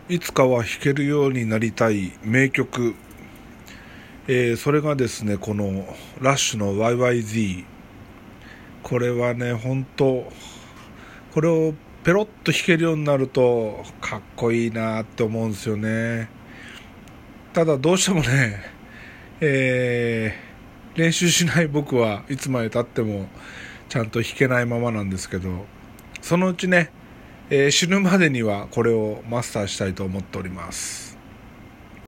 いつかは弾けるようになりたい名曲、それがですね、このラッシュの YYZ。 これはね、本当これをペロッと弾けるようになるとかっこいいなって思うんですよね。ただどうしてもね、練習しない僕はいつまで経ってもちゃんと弾けないままなんですけど、そのうちね、死ぬまでにはこれをマスターしたいと思っております。